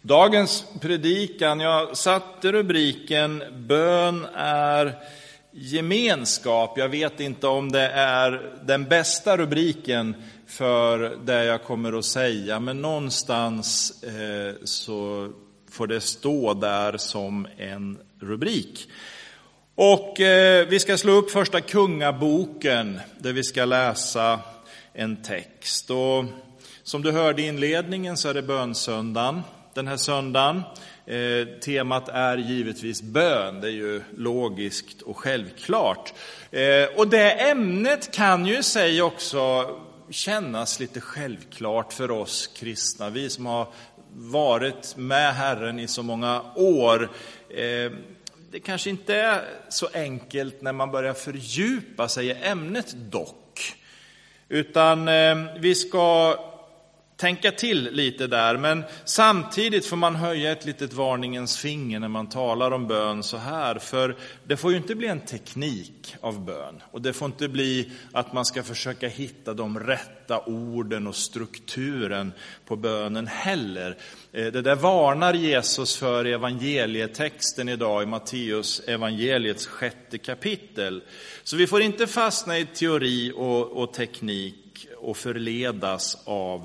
Dagens predikan, jag satte rubriken Bön är gemenskap. Jag vet inte om det är den bästa rubriken för det jag kommer att säga, men någonstans så får det stå där som en rubrik. Och vi ska slå upp första kungaboken där vi ska läsa en text. Och som du hörde i inledningen så är det bönsöndagen. Den här söndagen, temat är givetvis bön, det är ju logiskt och självklart. Och det ämnet kan ju i sig också kännas lite självklart för oss kristna, vi som har varit med Herren i så många år. Det kanske inte är så enkelt när man börjar fördjupa sig i ämnet dock, utan vi ska tänka till lite där, men samtidigt får man höja ett litet varningens finger när man talar om bön så här, för det får ju inte bli en teknik av bön, och det får inte bli att man ska försöka hitta de rätta orden och strukturen på bönen heller. Det där varnar Jesus för i evangelietexten idag i Matteus evangeliets 6:e kapitel. Så vi får inte fastna i teori och teknik och förledas av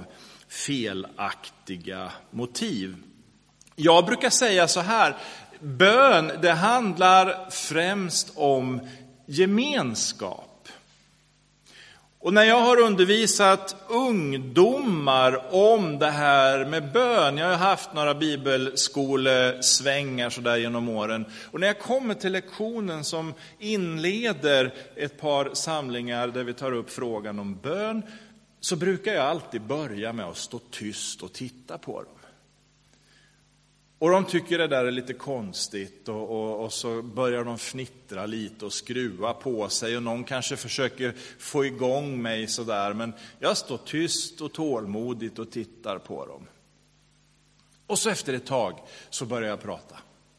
felaktiga motiv. Jag brukar säga så här: bön, det handlar främst om gemenskap. Och när jag har undervisat ungdomar om det här med bön, jag har haft några bibelskolesvängar så där genom åren, och när jag kommer till lektionen som inleder ett par samlingar där vi tar upp frågan om bön, så brukar jag alltid börja med att stå tyst och titta på dem. Och de tycker det där är lite konstigt, och så börjar de fnittra lite och skruva på sig, och någon kanske försöker få igång mig så där, men jag står tyst och tålmodigt och tittar på dem. Och så efter ett tag så börjar jag prata.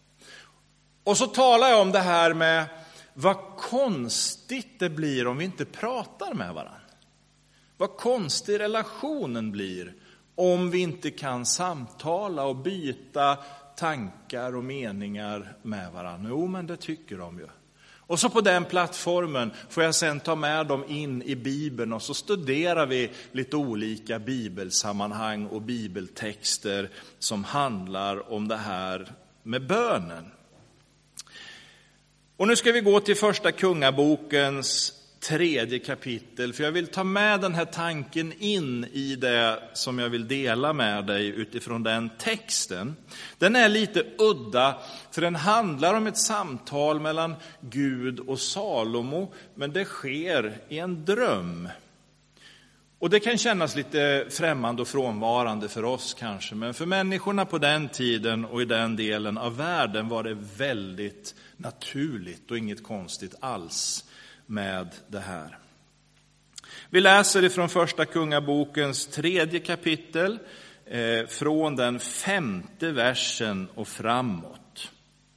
Och så talar jag om det här med vad konstigt det blir om vi inte pratar med varandra. Vad konstig relationen blir om vi inte kan samtala och byta tankar och meningar med varandra. Jo, men det tycker de ju. Och så på den plattformen får jag sen ta med dem in i Bibeln, och så studerar vi lite olika bibelsammanhang och bibeltexter som handlar om det här med bönen. Och nu ska vi gå till första kungabokens 3:e kapitel, för jag vill ta med den här tanken in i det som jag vill dela med dig utifrån den texten. Den är lite udda, för den handlar om ett samtal mellan Gud och Salomo, men det sker i en dröm. Och det kan kännas lite främmande och frånvarande för oss kanske, men för människorna på den tiden och i den delen av världen var det väldigt naturligt och inget konstigt alls med det här. Vi läser ifrån första kungabokens 3:e kapitel, från den 5:e versen och framåt.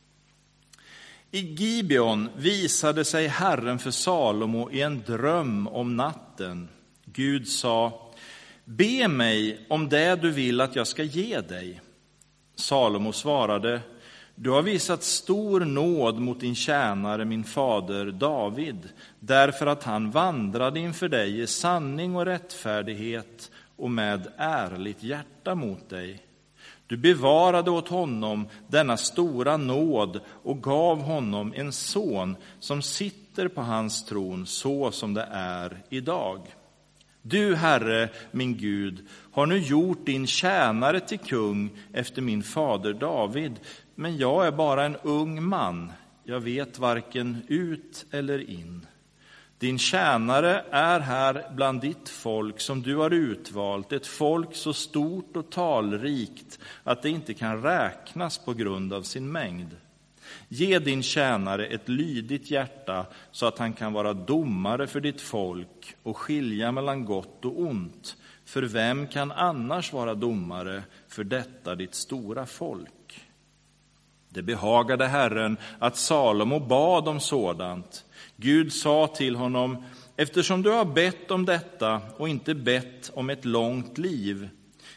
I Gibeon visade sig Herren för Salomo i en dröm om natten. Gud sa: be mig om det du vill att jag ska ge dig. Salomo svarade: du har visat stor nåd mot din tjänare, min fader David, därför att han vandrade inför dig i sanning och rättfärdighet och med ärligt hjärta mot dig. Du bevarade åt honom denna stora nåd och gav honom en son som sitter på hans tron så som det är idag. Du, Herre, min Gud, har nu gjort din tjänare till kung efter min fader David, men jag är bara en ung man, jag vet varken ut eller in. Din tjänare är här bland ditt folk som du har utvalt, ett folk så stort och talrikt att det inte kan räknas på grund av sin mängd. Ge din tjänare ett lydigt hjärta så att han kan vara domare för ditt folk och skilja mellan gott och ont. För vem kan annars vara domare för detta ditt stora folk? Det behagade Herren att Salomo bad om sådant. Gud sa till honom: eftersom du har bett om detta och inte bett om ett långt liv,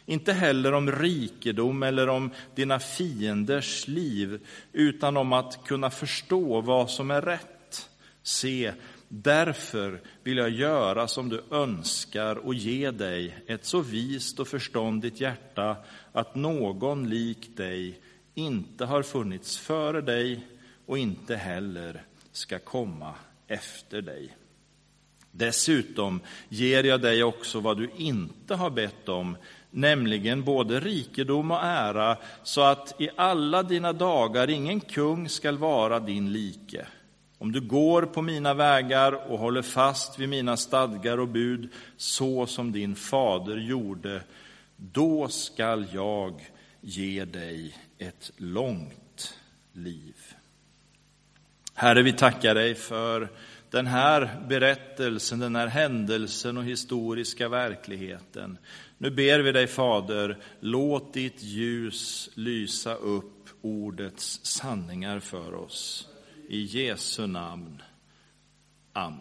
Inte heller om rikedom eller om dina fienders liv, utan om att kunna förstå vad som är rätt. Se, därför vill jag göra som du önskar och ge dig ett så vist och förståndigt hjärta att någon lik dig inte har funnits före dig och inte heller ska komma efter dig. Dessutom ger jag dig också vad du inte har bett om, nämligen både rikedom och ära, så att i alla dina dagar ingen kung skall vara din like. Om du går på mina vägar och håller fast vid mina stadgar och bud, så som din fader gjorde, då skall jag ge dig ett långt liv. Herre, vi tackar dig för den här berättelsen, den här händelsen och historiska verkligheten. Nu ber vi dig, Fader, låt ditt ljus lysa upp ordets sanningar för oss. I Jesu namn. Amen.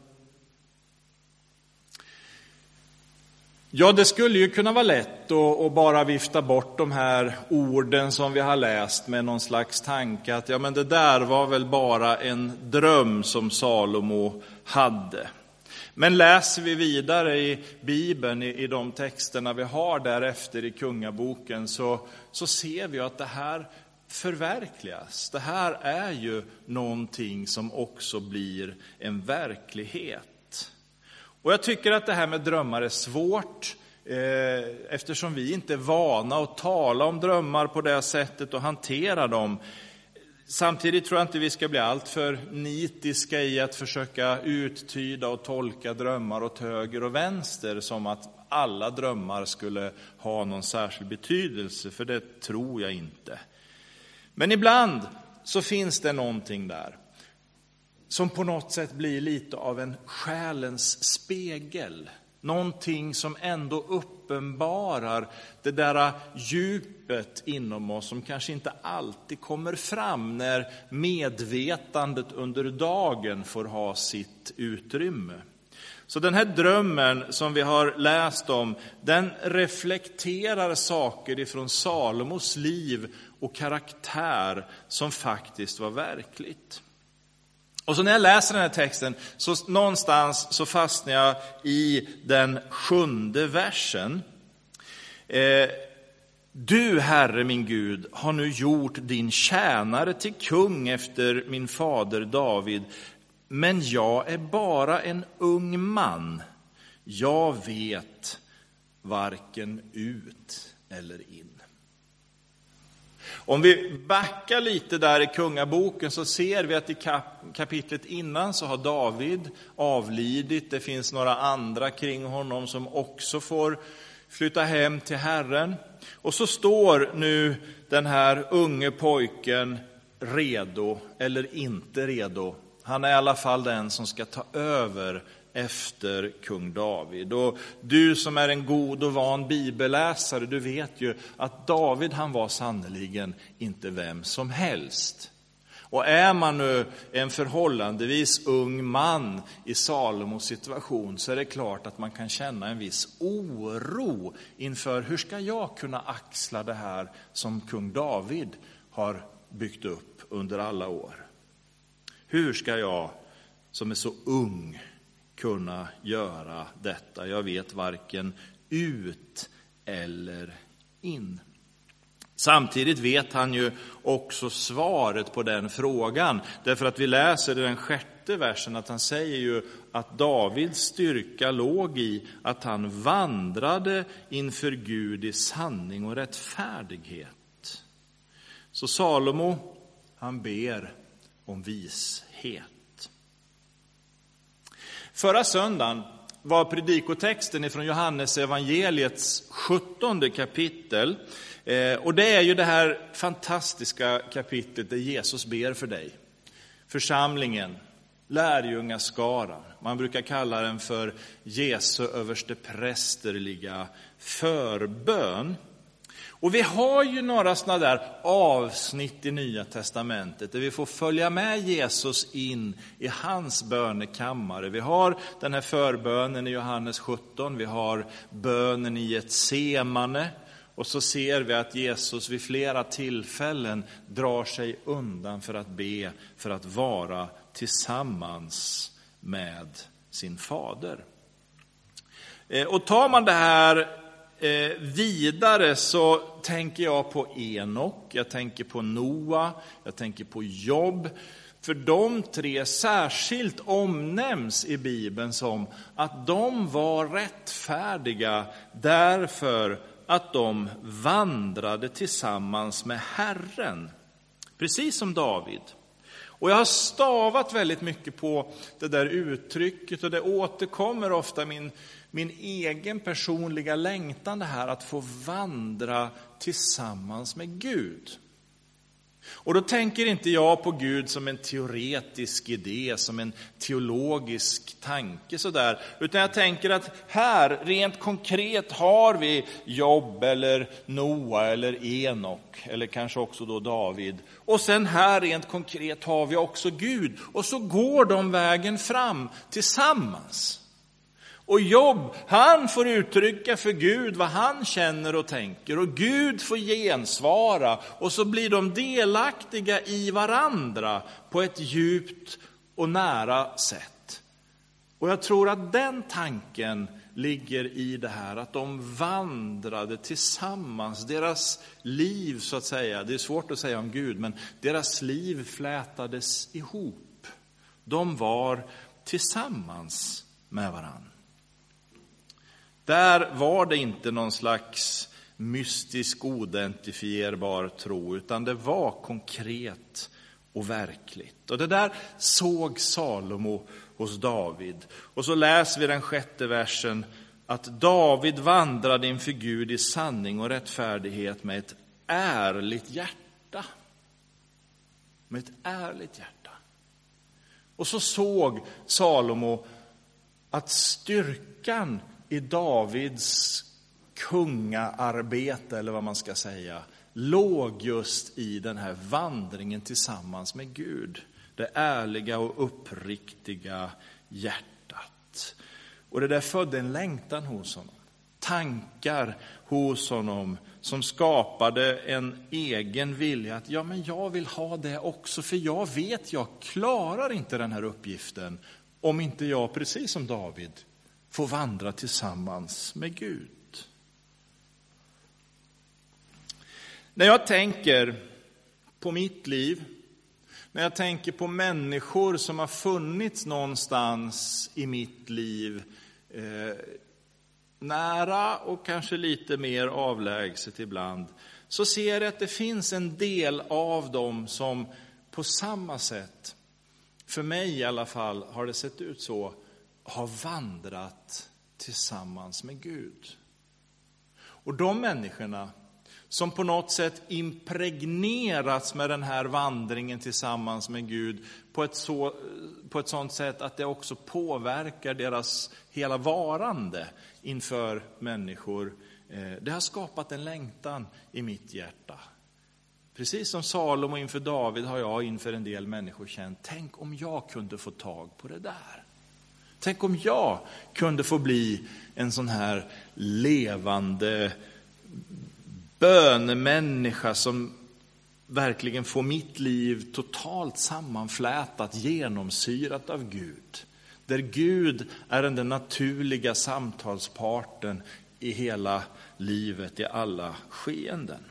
Ja, det skulle ju kunna vara lätt att bara vifta bort de här orden som vi har läst med någon slags tanke att ja, men det där var väl bara en dröm som Salomo hade. Men läser vi vidare i Bibeln, i de texterna vi har därefter i Kungaboken, så ser vi att det här förverkligas. Det här är ju någonting som också blir en verklighet. Och jag tycker att det här med drömmar är svårt eftersom vi inte är vana att tala om drömmar på det sättet och hantera dem. Samtidigt tror jag inte vi ska bli allt för nitiska i att försöka uttyda och tolka drömmar åt höger och vänster som att alla drömmar skulle ha någon särskild betydelse, för det tror jag inte. Men ibland så finns det någonting där som på något sätt blir lite av en själens spegel. Någonting som ändå uppenbarar det där djupet inom oss som kanske inte alltid kommer fram när medvetandet under dagen får ha sitt utrymme. Så den här drömmen som vi har läst om, den reflekterar saker ifrån Salomos liv och karaktär som faktiskt var verkligt. Och så när jag läser den här texten så någonstans så fastnar jag i den 7:e versen. Du, Herre min Gud, har nu gjort din tjänare till kung efter min fader David. Men jag är bara en ung man. Jag vet varken ut eller in. Om vi backar lite där i Kungaboken så ser vi att i kapitlet innan så har David avlidit. Det finns några andra kring honom som också får flytta hem till Herren. Och så står nu den här unge pojken redo eller inte redo. Han är i alla fall den som ska ta över efter kung David. Och du som är en god och van bibelläsare, du vet ju att David, han var sannoliken inte vem som helst. Och är man nu en förhållandevis ung man i Salomos situation så är det klart att man kan känna en viss oro inför hur ska jag kunna axla det här som kung David har byggt upp under alla år. Hur ska jag som är så ung kunna göra detta? Jag vet varken ut eller in. Samtidigt vet han ju också svaret på den frågan. Därför att vi läser i den 6:e versen att han säger ju att Davids styrka låg i att han vandrade inför Gud i sanning och rättfärdighet. Så Salomo, han ber om vishet. Förra söndagen var predikotexten ifrån Johannes evangeliets 17:e kapitel. Och det är ju det här fantastiska kapitlet där Jesus ber för dig. Församlingen, lärjungaskaran. Man brukar kalla den för Jesu översteprästerliga förbön. Och vi har ju några sådana där avsnitt i Nya testamentet där vi får följa med Jesus in i hans bönekammare. Vi har den här förbönen i Johannes 17, vi har bönen i Getsemane, och så ser vi att Jesus vid flera tillfällen drar sig undan för att be, för att vara tillsammans med sin fader. Och tar man det här vidare så tänker jag på Enok, jag tänker på Noa, jag tänker på Job. För de tre särskilt omnämns i Bibeln som att de var rättfärdiga därför att de vandrade tillsammans med Herren. Precis som David. Och jag har stavat väldigt mycket på det där uttrycket, och det återkommer ofta min egen personliga längtan, det här att få vandra tillsammans med Gud. Och då tänker inte jag på Gud som en teoretisk idé, som en teologisk tanke sådär, utan jag tänker att här rent konkret har vi Job eller Noa eller Enok eller kanske också då David. Och sen här rent konkret har vi också Gud, och så går de vägen fram tillsammans. Och Job, han får uttrycka för Gud vad han känner och tänker, och Gud får gensvara, och så blir de delaktiga i varandra på ett djupt och nära sätt. Och jag tror att den tanken ligger i det här, att de vandrade tillsammans, deras liv så att säga, det är svårt att säga om Gud, men deras liv flätades ihop. De var tillsammans med varandra. Där var det inte någon slags mystisk, oidentifierbar tro, utan det var konkret och verkligt. Och det där såg Salomo hos David. Och så läser vi den 6:e versen, att David vandrade inför Gud i sanning och rättfärdighet med ett ärligt hjärta. Med ett ärligt hjärta. Och så såg Salomo att styrkan i Davids kungaarbete, eller vad man ska säga, låg just i den här vandringen tillsammans med Gud. Det ärliga och uppriktiga hjärtat. Och det där födde en längtan hos honom. Tankar hos honom som skapade en egen vilja att ja, men jag vill ha det också, för jag vet jag klarar inte den här uppgiften om inte jag, precis som David, får vandra tillsammans med Gud. När jag tänker på mitt liv, när jag tänker på människor som har funnits någonstans i mitt liv, nära och kanske lite mer avlägset ibland, så ser jag att det finns en del av dem som på samma sätt, för mig i alla fall har det sett ut så, har vandrat tillsammans med Gud. Och de människorna som på något sätt impregnerats med den här vandringen tillsammans med Gud på ett sånt sätt att det också påverkar deras hela varande inför människor. Det har skapat en längtan i mitt hjärta. Precis som Salomo inför David har jag inför en del människor känt, tänk om jag kunde få tag på det där. Tänk om jag kunde få bli en sån här levande bönemänniska som verkligen får mitt liv totalt sammanflätat, genomsyrat av Gud. Där Gud är den naturliga samtalsparten i hela livet, i alla skeenden.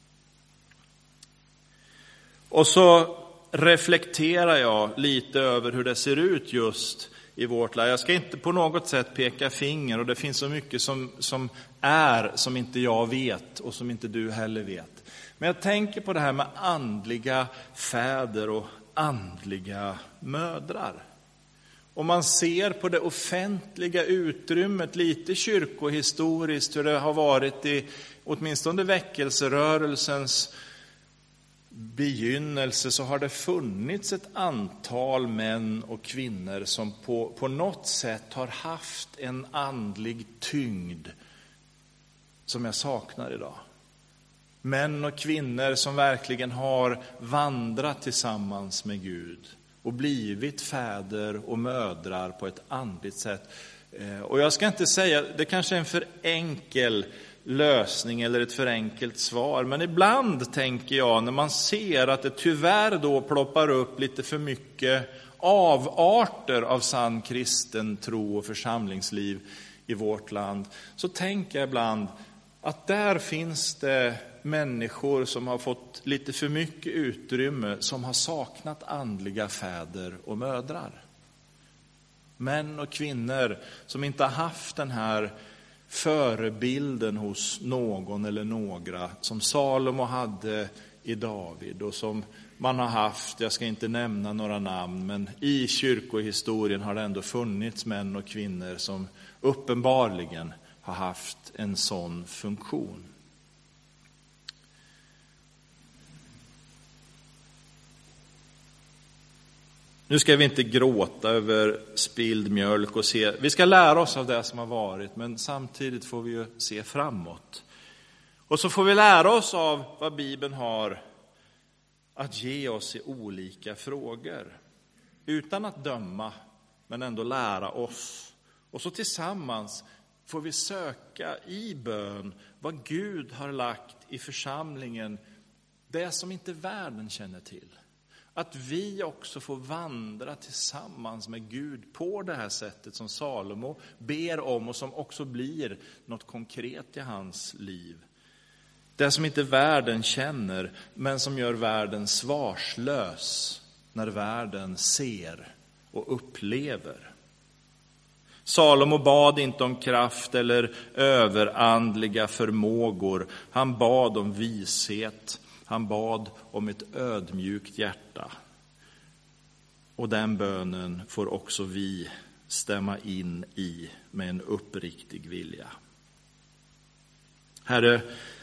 Och så reflekterar jag lite över hur det ser ut just i vårt land. Jag ska inte på något sätt peka finger, och det finns så mycket som inte jag vet och som inte du heller vet. Men jag tänker på det här med andliga fäder och andliga mödrar. Om man ser på det offentliga utrymmet lite kyrkohistoriskt, hur det har varit i åtminstone väckelserörelsens begynnelse, så har det funnits ett antal män och kvinnor som på något sätt har haft en andlig tyngd som jag saknar idag. Män och kvinnor som verkligen har vandrat tillsammans med Gud och blivit fäder och mödrar på ett andligt sätt. Och jag ska inte säga, det kanske är en för enkel lösning eller ett för enkelt svar, men ibland tänker jag när man ser att det tyvärr då ploppar upp lite för mycket avarter av sann kristen tro och församlingsliv i vårt land, så tänker jag ibland att där finns det människor som har fått lite för mycket utrymme, som har saknat andliga fäder och mödrar. Män och kvinnor som inte har haft den här förebilden hos någon eller några som Salomo hade i David och som man har haft, jag ska inte nämna några namn, men i kyrkohistorien har det ändå funnits män och kvinnor som uppenbarligen har haft en sån funktion. Nu ska vi inte gråta över spilld mjölk och se. Vi ska lära oss av det som har varit, men samtidigt får vi ju se framåt. Och så får vi lära oss av vad Bibeln har att ge oss i olika frågor. Utan att döma, men ändå lära oss. Och så tillsammans får vi söka i bön vad Gud har lagt i församlingen. Det som inte världen känner till. Att vi också får vandra tillsammans med Gud på det här sättet som Salomo ber om och som också blir något konkret i hans liv. Det som inte världen känner, men som gör världen svarslös när världen ser och upplever. Salomo bad inte om kraft eller överandliga förmågor. Han bad om vishet. Han bad om ett ödmjukt hjärta. Och den bönen får också vi stämma in i med en uppriktig vilja. Herre,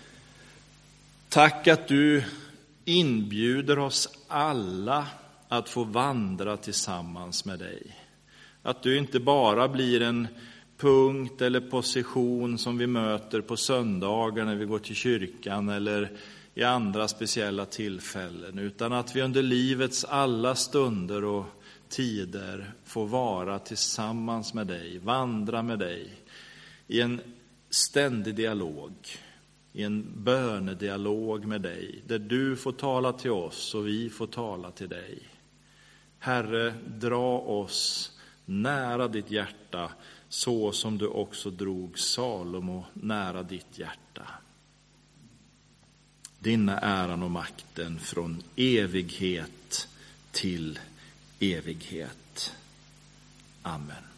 tack att du inbjuder oss alla att få vandra tillsammans med dig. Att du inte bara blir en punkt eller position som vi möter på söndagar när vi går till kyrkan eller i andra speciella tillfällen, utan att vi under livets alla stunder och tider får vara tillsammans med dig, vandra med dig i en ständig dialog, i en bönedialog med dig, där du får tala till oss och vi får tala till dig. Herre, dra oss nära ditt hjärta, så som du också drog Salomo nära ditt hjärta. Dina äran och makten från evighet till evighet. Amen.